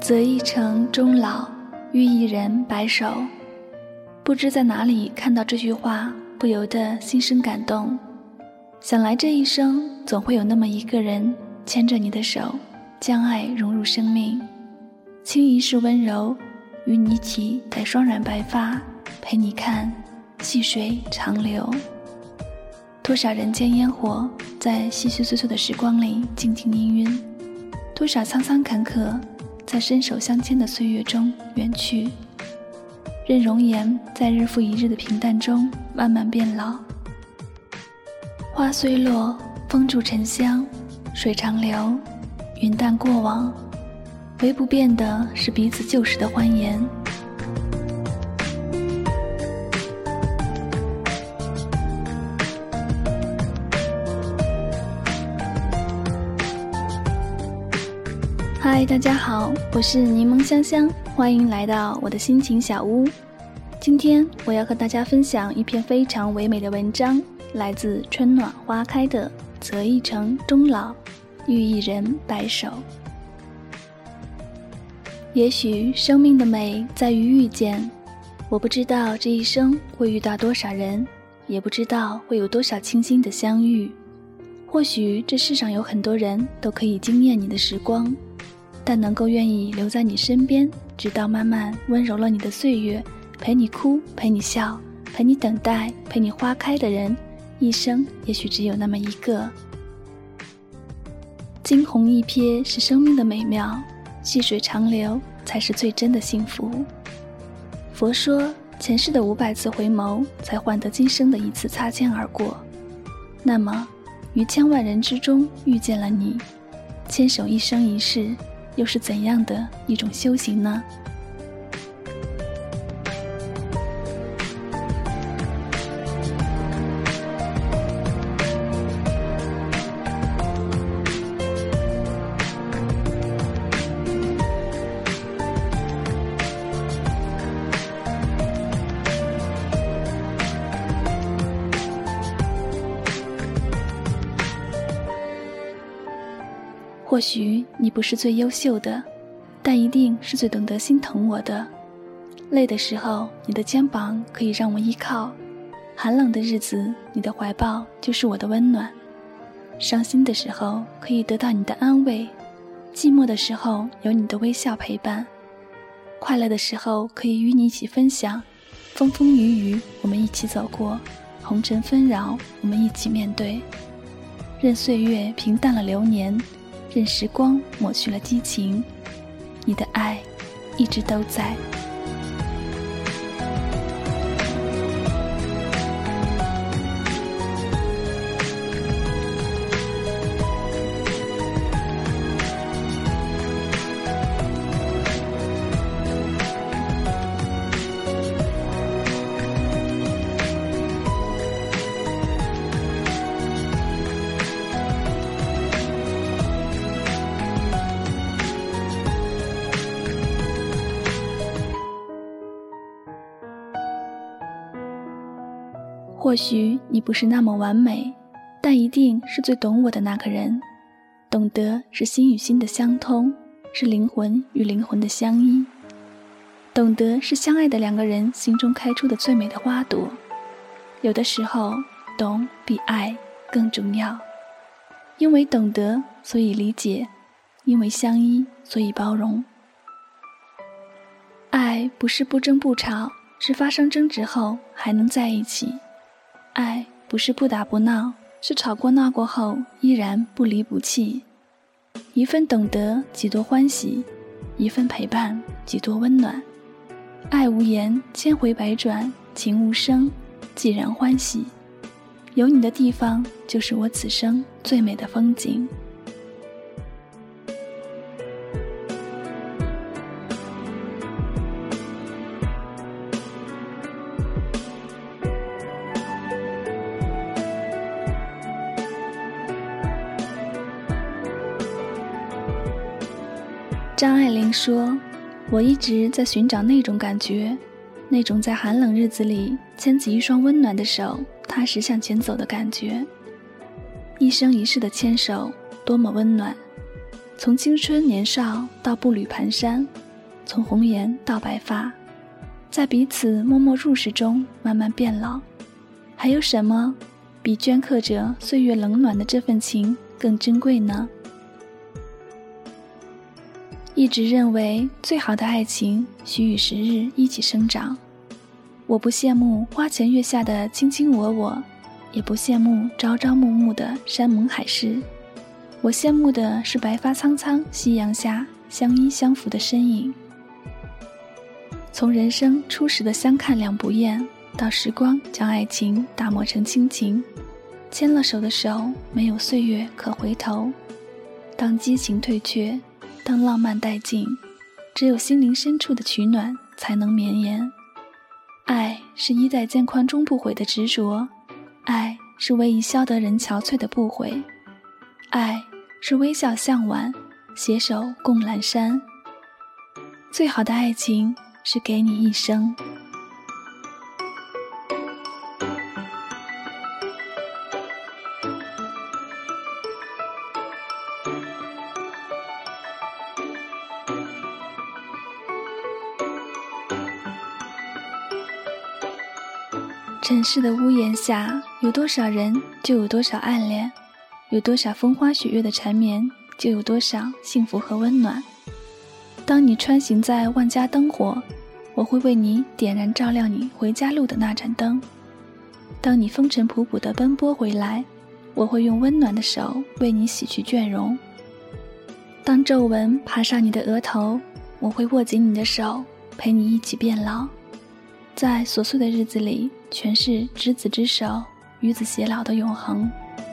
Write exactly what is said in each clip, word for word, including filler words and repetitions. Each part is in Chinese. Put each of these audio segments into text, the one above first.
择一城终老，遇一人白首。不知在哪里看到这句话，不由得心生感动。想来这一生总会有那么一个人牵着你的手，将爱融入生命，轻一世温柔，与你一起戴双染白发，陪你看细水长流。多少人间烟火在细细碎碎的时光里静静氤氲，多少沧桑坎坷在伸手相牵的岁月中远去，任容颜在日复一日的平淡中慢慢变老。花虽落，风住沉香，水长流，云淡过往，唯不变的是彼此旧时的欢颜。嗨，大家好，我是柠檬香香，欢迎来到我的心情小屋。今天我要和大家分享一篇非常唯美的文章，来自春暖花开的择一城终老，遇一人白首。也许生命的美在于遇见，我不知道这一生会遇到多少人，也不知道会有多少清新的相遇。或许这世上有很多人都可以惊艳你的时光，但能够愿意留在你身边，直到慢慢温柔了你的岁月，陪你哭，陪你笑，陪你等待，陪你花开的人，一生也许只有那么一个。惊鸿一瞥是生命的美妙，细水长流才是最真的幸福。佛说前世的五百次回眸才换得今生的一次擦肩而过，那么于千万人之中遇见了你，牵手一生一世又是怎样的一种修行呢？或许你不是最优秀的，但一定是最懂得心疼我的。累的时候，你的肩膀可以让我依靠；寒冷的日子，你的怀抱就是我的温暖；伤心的时候，可以得到你的安慰；寂寞的时候，有你的微笑陪伴；快乐的时候，可以与你一起分享；风风雨雨，我们一起走过；红尘纷扰，我们一起面对。任岁月平淡了流年，任时光抹去了激情，你的爱一直都在。或许你不是那么完美，但一定是最懂我的那个人。懂得是心与心的相通，是灵魂与灵魂的相依。懂得是相爱的两个人心中开出的最美的花朵。有的时候，懂比爱更重要。因为懂得，所以理解；因为相依，所以包容。爱不是不争不吵，是发生争执后还能在一起。爱不是不打不闹，是吵过闹过后依然不离不弃。一份懂得几多欢喜，一份陪伴几多温暖。爱无言，千回百转，情无声，既然欢喜。有你的地方，就是我此生最美的风景。张爱玲说，我一直在寻找那种感觉，那种在寒冷日子里牵起一双温暖的手，踏实向前走的感觉。一生一世的牵手，多么温暖。 从青春年少到步履蹒跚，从红颜到白发，在彼此默默入世中慢慢变老，还有什么比镌刻着岁月冷暖的这份情更珍贵呢？一直认为最好的爱情须与时日一起生长，我不羡慕花前月下的卿卿我我，也不羡慕朝朝暮暮的山盟海誓，我羡慕的是白发苍苍夕阳下相依相扶的身影。从人生初始的相看两不厌，到时光将爱情打磨成亲情，牵了手的手没有岁月可回头，当激情退却，当浪漫殆尽，只有心灵深处的取暖才能绵延。爱是衣带渐宽终不悔的执着，爱是唯一消得人憔悴的不悔，爱是微笑向晚，携手共阑珊。最好的爱情是给你一生。城市的屋檐下，有多少人就有多少暗恋，有多少风花雪月的缠绵，就有多少幸福和温暖。当你穿行在万家灯火，我会为你点燃照亮你回家路的那盏灯。当你风尘仆仆地奔波回来，我会用温暖的手为你洗去倦容。当皱纹爬上你的额头，我会握紧你的手，陪你一起变老。在琐碎的日子里，全是执子之手，与子偕老的永恒。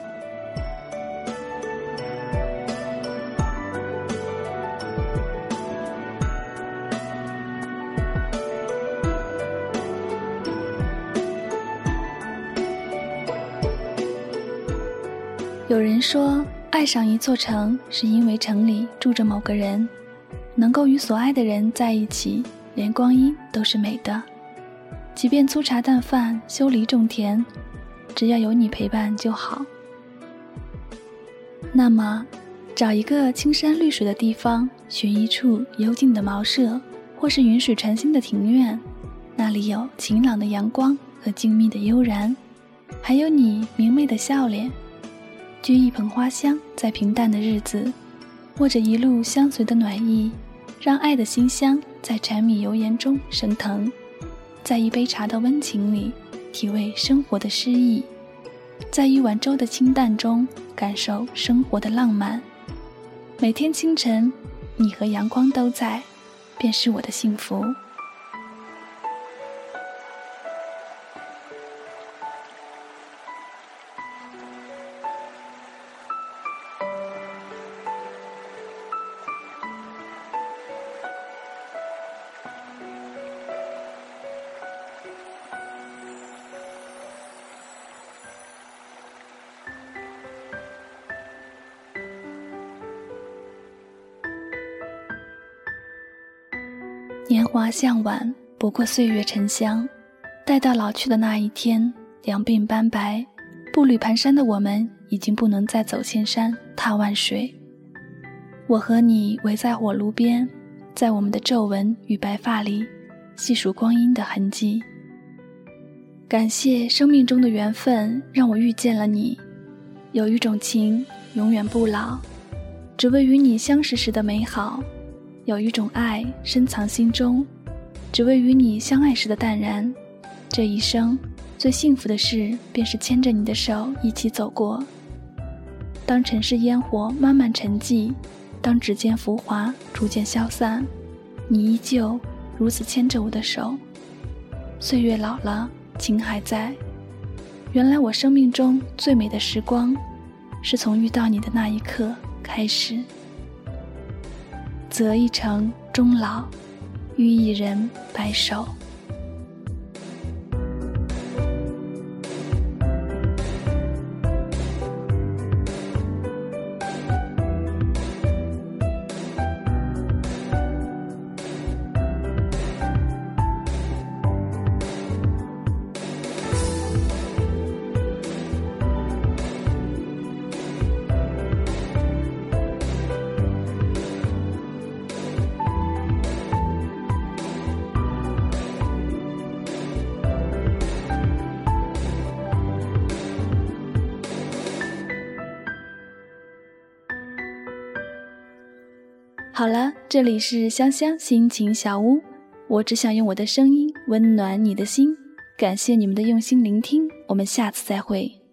有人说，爱上一座城，是因为城里住着某个人，能够与所爱的人在一起，连光阴都是美的。即便粗茶淡饭，修篱种田，只要有你陪伴就好。那么，找一个青山绿水的地方，寻一处幽静的茅舍，或是云水传心的庭院，那里有晴朗的阳光和静谧的悠然，还有你明媚的笑脸。掬一捧花香，在平淡的日子，握着一路相随的暖意，让爱的馨香在柴米油盐中升腾，在一杯茶的温情里体味生活的诗意，在一碗粥的清淡中感受生活的浪漫。每天清晨，你和阳光都在，便是我的幸福。年华向晚，不过岁月沉香，待到老去的那一天，两鬓斑白，步履蹒跚的我们已经不能再走千山踏万水。我和你围在火炉边，在我们的皱纹与白发里细数光阴的痕迹。感谢生命中的缘分，让我遇见了你。有一种情永远不老，只为与你相识时的美好。有一种爱深藏心中，只为与你相爱时的淡然。这一生最幸福的事，便是牵着你的手一起走过。当尘世烟火慢慢沉寂，当指尖浮华逐渐消散，你依旧如此牵着我的手。岁月老了，情还在。原来我生命中最美的时光，是从遇到你的那一刻开始。择一城终老，遇一人白首。 好了，这里是香香心情小屋，我只想用我的声音温暖你的心，感谢你们的用心聆听，我们下次再会。